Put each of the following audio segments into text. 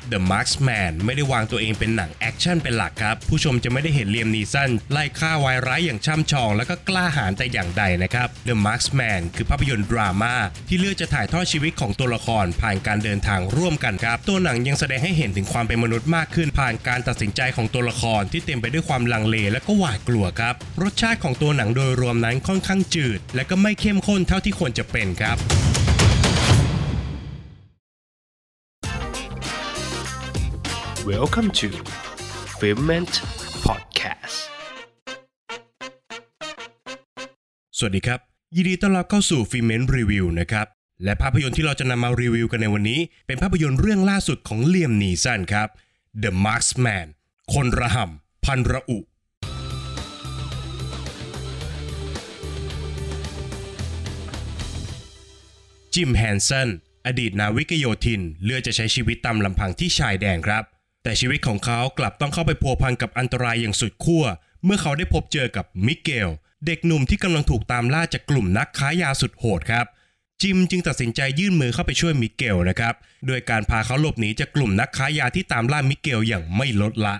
The Marksman ไม่ได้วางตัวเองเป็นหนังแอคชั่นเป็นหลักครับผู้ชมจะไม่ได้เห็นเลียม นีสันไล่ฆ่าวายร้ายอย่างช่ำชองและก็กล้าหาญแต่อย่างใดนะครับ The Marksman คือภาพยนตร์ดราม่าที่เลือกจะถ่ายทอดชีวิตของตัวละครผ่านการเดินทางร่วมกันครับตัวหนังยังแสดงให้เห็นถึงความเป็นมนุษย์มากขึ้นผ่านการตัดสินใจของตัวละครที่เต็มไปด้วยความลังเลและก็หวาดกลัวครับรสชาติของตัวหนังโดยรวมนั้นค่อนข้างจืดและก็ไม่เข้มข้นเท่าที่ควรจะเป็นครับ Welcome to Filmment Podcast สวัสดีครับยินดีต้อนรับเข้าสู่ Filmment Review นะครับและภาพยนตร์ที่เราจะนำมารีวิวกันในวันนี้เป็นภาพยนตร์เรื่องล่าสุดของเลียม นีสันครับ The Marksman คนระห่ำพันระอุจิม แฮนสันอดีตนาวิกโยธินเลือกจะใช้ชีวิตตามลำพังที่ชายแดนครับแต่ชีวิตของเขากลับต้องเข้าไปพัวพันกับอันตรายอย่างสุดขั้วเมื่อเขาได้พบเจอกับมิเกลเด็กหนุ่มที่กำลังถูกตามล่าจากกลุ่มนักค้ายาสุดโหดครับจิมจึงตัดสินใจยื่นมือเข้าไปช่วยมิเกลนะครับโดยการพาเขาหลบหนีจากกลุ่มนักค้ายาที่ตามล่ามิเกลอย่างไม่ลดละ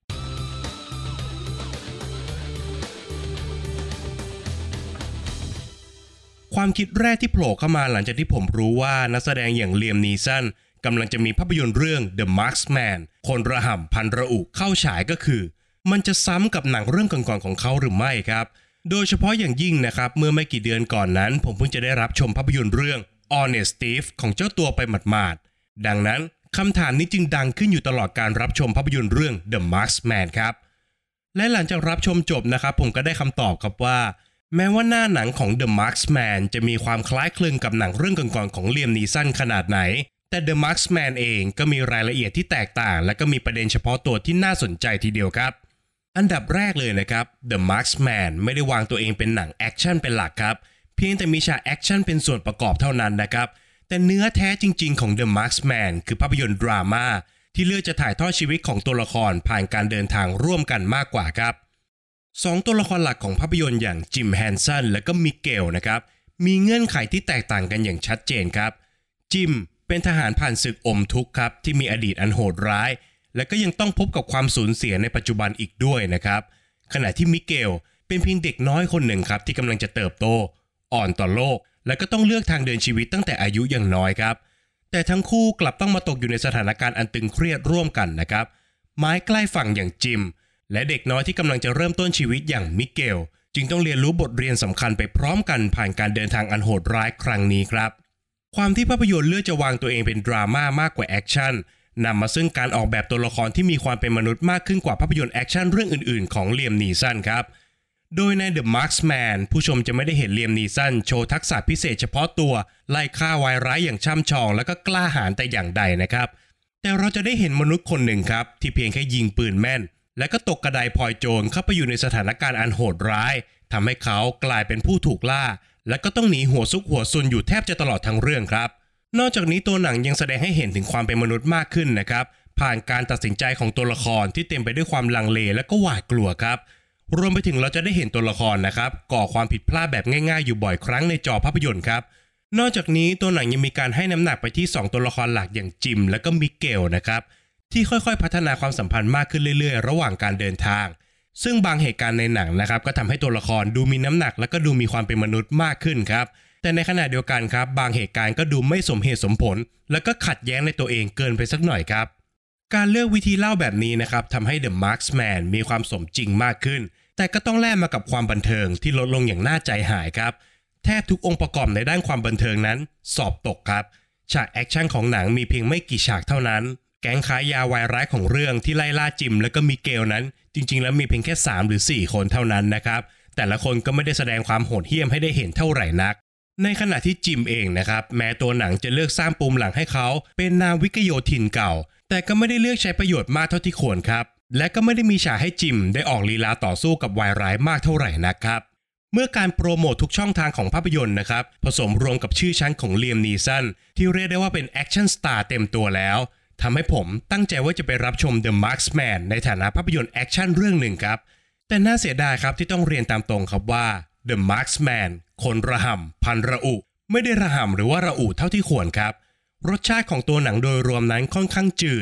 ความคิดแรกที่โผล่เข้ามาหลังจากที่ผมรู้ว่านักแสดงอย่างเลียม นีสันกำลังจะมีภาพยนตร์เรื่อง The Marksman คนระห่ำพันระอุเข้าฉายก็คือมันจะซ้ำกับหนังเรื่องก่อนๆของเขาหรือไม่ครับโดยเฉพาะอย่างยิ่งนะครับเมื่อไม่กี่เดือนก่อนนั้นผมเพิ่งจะได้รับชมภาพยนตร์เรื่อง Honest Thief ของเจ้าตัวไปหมาดๆดังนั้นคำถามนี้จึงดังขึ้นอยู่ตลอดการรับชมภาพยนตร์เรื่อง The Marksman ครับและหลังจากรับชมจบนะครับผมก็ได้คำตอบครับว่าแม้ว่าหน้าหนังของ The Marksman จะมีความคล้ายคลึงกับหนังเรื่องก่อนๆของเลียม นีสันขนาดไหนแต่ The Marksman เองก็มีรายละเอียดที่แตกต่างและก็มีประเด็นเฉพาะตัวที่น่าสนใจทีเดียวครับอันดับแรกเลยนะครับ The Marksman ไม่ได้วางตัวเองเป็นหนังแอคชั่นเป็นหลักครับเพียงแต่มีฉากแอคชั่นเป็นส่วนประกอบเท่านั้นนะครับแต่เนื้อแท้จริงๆของ The Marksman คือภาพยนตร์ดราม่าที่เลือกจะถ่ายทอดชีวิตของตัวละครผ่านการเดินทางร่วมกันมากกว่าครับสองตัวละครหลักของภาพยนตร์อย่างจิม แฮนสันและก็มิเกลนะครับมีเงื่อนไขที่แตกต่างกันอย่างชัดเจนครับจิมเป็นทหารผ่านศึกอมทุกข์ครับที่มีอดีตอันโหดร้ายและก็ยังต้องพบกับความสูญเสียในปัจจุบันอีกด้วยนะครับขณะที่มิเกลเป็นเพียงเด็กน้อยคนหนึ่งครับที่กำลังจะเติบโตอ่อนต่อโลกและก็ต้องเลือกทางเดินชีวิตตั้งแต่อายุยังน้อยครับแต่ทั้งคู่กลับต้องมาตกอยู่ในสถานการณ์อันตึงเครียดร่วมกันนะครับไม้ใกล้ฝั่งอย่างจิมและเด็กน้อยที่กำลังจะเริ่มต้นชีวิตอย่างมิเกลจึงต้องเรียนรู้บทเรียนสำคัญไปพร้อมกันผ่านการเดินทางอันโหดร้ายครั้งนี้ครับความที่ภาพยนตร์เลือกจะวางตัวเองเป็นดราม่ามากกว่าแอคชั่นนำมาซึ่งการออกแบบตัวละครที่มีความเป็นมนุษย์มากขึ้นกว่าภาพยนตร์แอคชั่นเรื่องอื่นๆของเลียม นีสันครับโดยใน The Marksman ผู้ชมจะไม่ได้เห็นเลียม นีสันโชว์ทักษะพิเศษเฉพาะตัวไล่ฆ่าวายร้ายอย่างช่ำชองและก็กล้าหาญแต่อย่างใดนะครับแต่เราจะได้เห็นมนุษย์คนหนึ่งครับที่เพียงแค่ยิงปืนแม่นและก็ตกกระไดพลอยโจรเข้าไปอยู่ในสถานการณ์อันโหดร้ายทำให้เขากลายเป็นผู้ถูกล่าและก็ต้องหนีหัวซุกหัวซุนอยู่แทบจะตลอดทั้งเรื่องครับนอกจากนี้ตัวหนังยังแสดงให้เห็นถึงความเป็นมนุษย์มากขึ้นนะครับผ่านการตัดสินใจของตัวละครที่เต็มไปด้วยความลังเลและก็หวาดกลัวครับรวมไปถึงเราจะได้เห็นตัวละครนะครับก่อความผิดพลาดแบบง่ายๆอยู่บ่อยครั้งในจอภาพยนตร์ครับนอกจากนี้ตัวหนังยังมีการให้น้ำหนักไปที่2ตัวละครหลักอย่างจิมและก็มิเกลนะครับที่ค่อยๆพัฒนาความสัมพันธ์มากขึ้นเรื่อยๆระหว่างการเดินทางซึ่งบางเหตุการณ์ในหนังนะครับก็ทำให้ตัวละครดูมีน้ำหนักและก็ดูมีความเป็นมนุษย์มากขึ้นครับแต่ในขณะเดียวกันครับบางเหตุการณ์ก็ดูไม่สมเหตุสมผลและก็ขัดแย้งในตัวเองเกินไปสักหน่อยครับการเลือกวิธีเล่าแบบนี้นะครับทำให้ The Marksman มีความสมจริงมากขึ้นแต่ก็ต้องแลกมากับความบันเทิงที่ลดลงอย่างน่าใจหายครับแทบทุกองค์ประกอบในด้านความบันเทิงนั้นสอบตกครับฉากแอคชั่นของหนังมีเพียงไม่กี่ฉากเท่านั้นแก๊งค้ายาวายร้ายของเรื่องที่ไล่ล่าจิมและก็มิเกลนั้นจริงๆแล้วมีเพียงแค่3หรือ4คนเท่านั้นนะครับแต่ละคนก็ไม่ได้แสดงความโหดเหี้ยมให้ได้เห็นเท่าไหร่นักในขณะที่จิมเองนะครับแม้ตัวหนังจะเลือกสร้างปูมหลังให้เขาเป็นนาวิกโยธินเก่าแต่ก็ไม่ได้เลือกใช้ประโยชน์มากเท่าที่ควรครับและก็ไม่ได้มีฉากให้จิมได้ออกลีลาต่อสู้กับวายร้ายมากเท่าไหร่นักครับเมื่อการโปรโมททุกช่องทางของภาพยนตร์นะครับผสมรวมกับชื่อชั้นของเลียม นีสันที่เรียกได้ว่าเป็นแอคชั่นสตาร์เต็มตัวแล้วทำให้ผมตั้งใจว่าจะไปรับชม The Marksman ในฐานะภาพยนตร์แอคชั่นเรื่องหนึ่งครับแต่น่าเสียดายครับที่ต้องเรียนตามตรงครับว่า The Marksman คนระห่ำพันระอุไม่ได้ระห่ำหรือว่าระอุเท่าที่ควรครับรสชาติของตัวหนังโดยรวมนั้นค่อนข้างจืด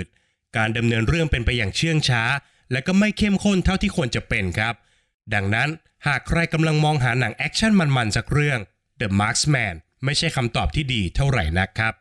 การดำเนินเรื่องเป็นไปอย่างเชื่องช้าและก็ไม่เข้มข้นเท่าที่ควรจะเป็นครับดังนั้นหากใครกำลังมองหาหนังแอคชั่นมันๆสักเรื่อง The Marksman ไม่ใช่คำตอบที่ดีเท่าไหร่นักครับ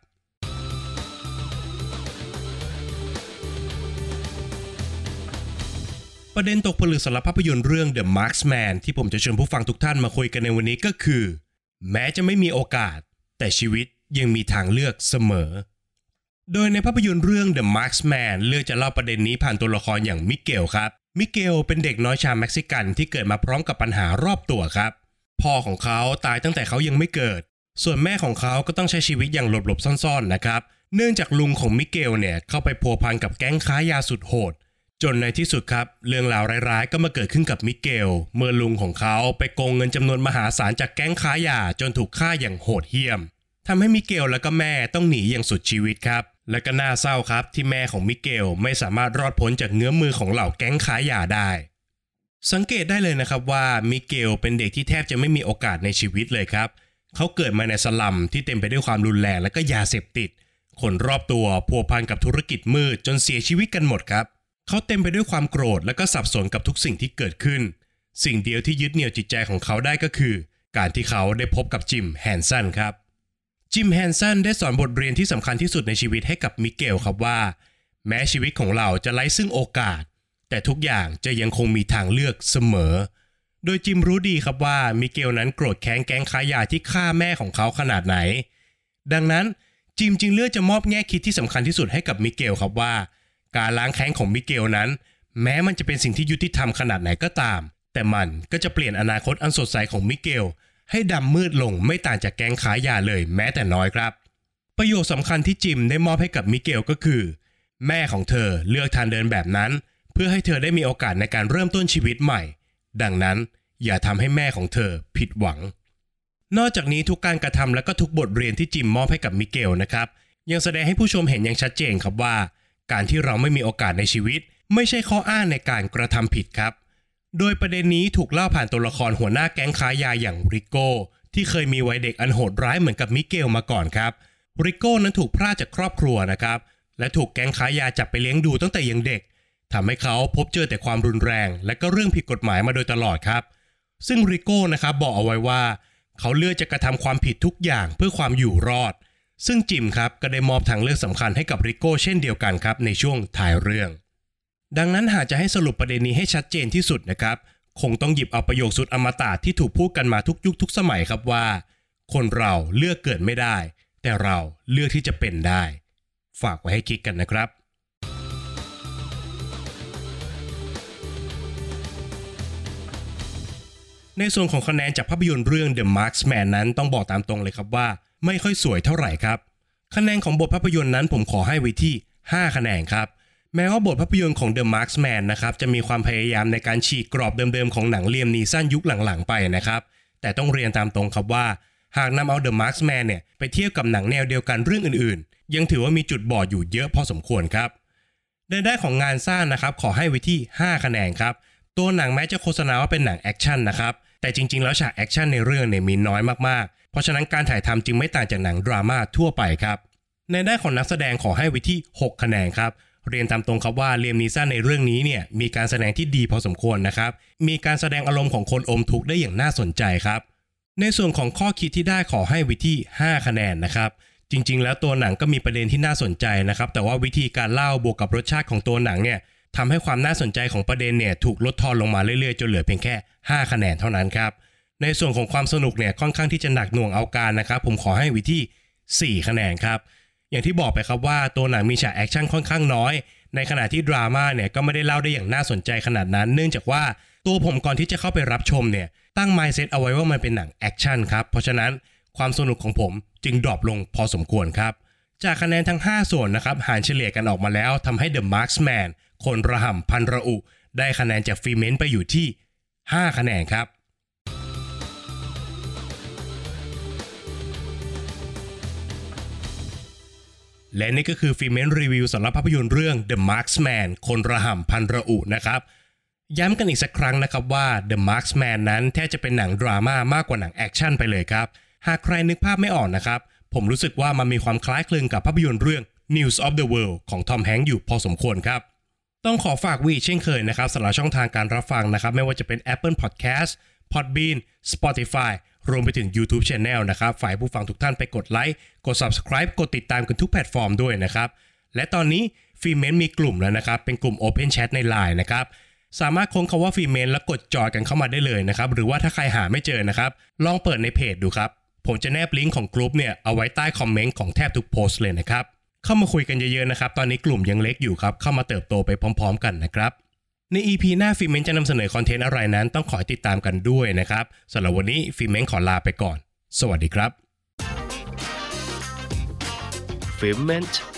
ประเด็นตกผลึกสำหรับภาพยนตร์เรื่อง The Marksman ที่ผมจะชวนผู้ฟังทุกท่านมาคุยกันในวันนี้ก็คือแม้จะไม่มีโอกาสแต่ชีวิตยังมีทางเลือกเสมอโดยในภาพยนตร์เรื่อง The Marksman เลือกจะเล่าประเด็นนี้ผ่านตัวละครอย่างมิเกลครับมิเกลเป็นเด็กน้อยชาวเม็กซิกันที่เกิดมาพร้อมกับปัญหารอบตัวครับพ่อของเขาตายตั้งแต่เขายังไม่เกิดส่วนแม่ของเขาก็ต้องใช้ชีวิตอย่างหลบๆซ่อนๆนะครับเนื่องจากลุงของมิเกลเนี่ยเข้าไปพัวพันกับแก๊งค้ายาสุดโหดจนในที่สุดครับเรื่องราวร้ายๆก็มาเกิดขึ้นกับมิเกลเมื่อลุงของเขาไปโกงเงินจำนวนมหาศาลจากแก๊งค้ายาจนถูกฆ่าอย่างโหดเหี้ยมทำให้มิเกลและก็แม่ต้องหนีอย่างสุดชีวิตครับและก็น่าเศร้าครับที่แม่ของมิเกลไม่สามารถรอดพ้นจากเงื้อมมือของเหล่าแก๊งค้ายาได้สังเกตได้เลยนะครับว่ามิเกลเป็นเด็กที่แทบจะไม่มีโอกาสในชีวิตเลยครับเขาเกิดมาในสลัมที่เต็มไปด้วยความรุนแรงและก็ยาเสพติดคนรอบตัวพัวพันกับธุรกิจมืดจนเสียชีวิตกันหมดครับเขาเต็มไปด้วยความโกรธและก็สับสนกับทุกสิ่งที่เกิดขึ้นสิ่งเดียวที่ยึดเหนี่ยวจิตใจของเขาได้ก็คือการที่เขาได้พบกับจิมแฮนสันครับจิมแฮนสันได้สอนบทเรียนที่สำคัญที่สุดในชีวิตให้กับมิเกลครับว่าแม้ชีวิตของเราจะไร้ซึ่งโอกาสแต่ทุกอย่างจะยังคงมีทางเลือกเสมอโดยจิมรู้ดีครับว่ามิเกลนั้นโกรธแค้นแก๊งค้ายาที่ฆ่าแม่ของเขาขนาดไหนดังนั้นจิมจึงเลือกจะมอบแง่คิดที่สำคัญที่สุดให้กับมิเกลครับว่าการล้างแค้นของมิเกลนั้นแม้มันจะเป็นสิ่งที่ยุติธรรมขนาดไหนก็ตามแต่มันก็จะเปลี่ยนอนาคตอันสดใสของมิเกลให้ดำมืดลงไม่ต่างจากแก๊งค้ายาเลยแม้แต่น้อยครับประโยคสำคัญที่จิมได้มอบให้กับมิเกลก็คือแม่ของเธอเลือกทางเดินแบบนั้นเพื่อให้เธอได้มีโอกาสในการเริ่มต้นชีวิตใหม่ดังนั้นอย่าทำให้แม่ของเธอผิดหวังนอกจากนี้ทุกการกระทำและก็ทุกบทเรียนที่จิมมอบให้กับมิเกลนะครับยังแสดงให้ผู้ชมเห็นอย่างชัดเจนครับว่าการที่เราไม่มีโอกาสในชีวิตไม่ใช่ข้ออ้างในการกระทำผิดครับโดยประเด็นนี้ถูกเล่าผ่านตัวละครหัวหน้าแก๊งค้ายาอย่างริโก้ที่เคยมีวัยเด็กอันโหดร้ายเหมือนกับมิเกลมาก่อนครับริโก้นั้นถูกพรากจากครอบครัวนะครับและถูกแก๊งค้ายาจับไปเลี้ยงดูตั้งแต่ยังเด็กทำให้เขาพบเจอแต่ความรุนแรงและก็เรื่องผิดกฎหมายมาโดยตลอดครับซึ่งริโก้นะครับบอกเอาไว้ว่าเขาเลือกจะกระทำความผิดทุกอย่างเพื่อความอยู่รอดซึ่งจิมครับก็ได้มอบทางเลือกสำคัญให้กับริโก้เช่นเดียวกันครับในช่วงท้ายเรื่องดังนั้นหากจะให้สรุปประเด็นนี้ให้ชัดเจนที่สุดนะครับคงต้องหยิบเอาประโยคสุดอมตะที่ถูกพูดกันมาทุกยุคทุกสมัยครับว่าคนเราเลือกเกิดไม่ได้แต่เราเลือกที่จะเป็นได้ฝากไว้ให้คิดกันนะครับในส่วนของคะแนนจากภาพยนตร์เรื่อง The Marksman นั้นต้องบอกตามตรงเลยครับว่าไม่ค่อยสวยเท่าไหร่ครับคะแนนของบทภาพยนตร์นั้นผมขอให้ไว้ที่5คะแนนครับแม้ว่าบทภาพยนตร์ของ The Marksman นะครับจะมีความพยายามในการฉีกกรอบเดิมๆของหนังเลียมนีสันยุคหลังๆไปนะครับแต่ต้องเรียนตามตรงครับว่าหากนำเอา The Marksman เนี่ยไปเทียบกับหนังแนวเดียวกันเรื่องอื่นๆยังถือว่ามีจุดบอดอยู่เยอะพอสมควรครับในด้านของงานสร้างนะครับขอให้ไว้ที่5คะแนนครับตัวหนังแม้จะโฆษณาว่าเป็นหนังแอคชั่นนะครับแต่จริงๆแล้วฉากแอคชั่นในเรื่องเนี่ยมีน้อยมากๆเพราะฉะนั้นการถ่ายทำจึงไม่ต่างจากหนังดราม่าทั่วไปครับในด้านของนักแสดงขอให้ไว้ที่6คะแนนครับเรียนตามตรงครับว่าเลียมนีสันในเรื่องนี้เนี่ยมีการแสดงที่ดีพอสมควรนะครับมีการแสดงอารมณ์ของคนอมทุกข์ได้อย่างน่าสนใจครับในส่วนของข้อคิดที่ได้ขอให้ไว้ที่5คะแนนนะครับจริงๆแล้วตัวหนังก็มีประเด็นที่น่าสนใจนะครับแต่ว่าวิธีการเล่าบวกกับรสชาติของตัวหนังเนี่ยทำให้ความน่าสนใจของประเด็นเนี่ยถูกลดทอนลงมาเรื่อยๆจนเหลือเพียงแค่5คะแนนเท่านั้นครับในส่วนของความสนุกเนี่ยค่อนข้างที่จะหนักหน่วงเอาการนะครับผมขอให้ไว้ที่4คะแนนครับอย่างที่บอกไปครับว่าตัวหนังมีฉากแอคชั่นค่อนข้างน้อยในขณะที่ดราม่าเนี่ยก็ไม่ได้เล่าได้อย่างน่าสนใจขนาดนั้นเนื่องจากว่าตัวผมก่อนที่จะเข้าไปรับชมเนี่ยตั้ง mindset เอาไว้ว่ามันเป็นหนังแอคชั่นครับเพราะฉะนั้นความสนุกของผมจึงดรอปลงพอสมควรครับจากคะแนนทั้ง5ส่วนนะครับหารเฉลี่ยกันออกมาแล้วทำให้ The Marksman คนระห่ำพันระอุได้คะแนนจากฟีเมนต์ไปอยู่ที่5คะแนนครับและนี่ก็คือฟีเมนต์รีวิวสำหรับภาพยนตร์เรื่อง The Marksman คนระห่ำพันระอุนะครับย้ำกันอีกสักครั้งนะครับว่า The Marksman นั้นแทบจะเป็นหนังดราม่ามากกว่าหนังแอคชั่นไปเลยครับหากใครนึกภาพไม่ออกนะครับผมรู้สึกว่ามันมีความคล้ายคลึงกับภาพยนตร์เรื่อง News of the World ของทอมแฮงค์อยู่พอสมควรครับต้องขอฝากวีเช่นเคยนะครับสำหรับช่องทางการรับฟังนะครับไม่ว่าจะเป็น Apple Podcast Podbean Spotify รวมไปถึง YouTube Channel นะครับฝ่ายผู้ฟังทุกท่านไปกดไลค์กด Subscribe กดติดตามกันทุกแพลตฟอร์มด้วยนะครับและตอนนี้ฟีเมนต์มีกลุ่มแล้วนะครับเป็นกลุ่ม Open Chat ใน LINE นะครับสามารถค้นคำว่าฟีเมนต์แล้วกดจอยกันเข้ามาได้เลยนะครับหรือว่าถ้าใครหาไม่เจอนะครับลองเปิดในเพจดูครับผมจะแนบลิงก์ของกลุ่มเนี่ยเอาไว้ใต้คอมเมนต์ของแทบทุกโพสต์เลยนะครับเข้ามาคุยกันเยอะๆนะครับตอนนี้กลุ่มยังเล็กอยู่ครับเข้ามาเติบโตไปพร้อมๆกันนะครับใน EP หน้าฟีเมนต์จะนำเสนอคอนเทนต์อะไรนั้นต้องขอติดตามกันด้วยนะครับสำหรับวันนี้ฟีเมนต์ขอลาไปก่อนสวัสดีครับ Filmment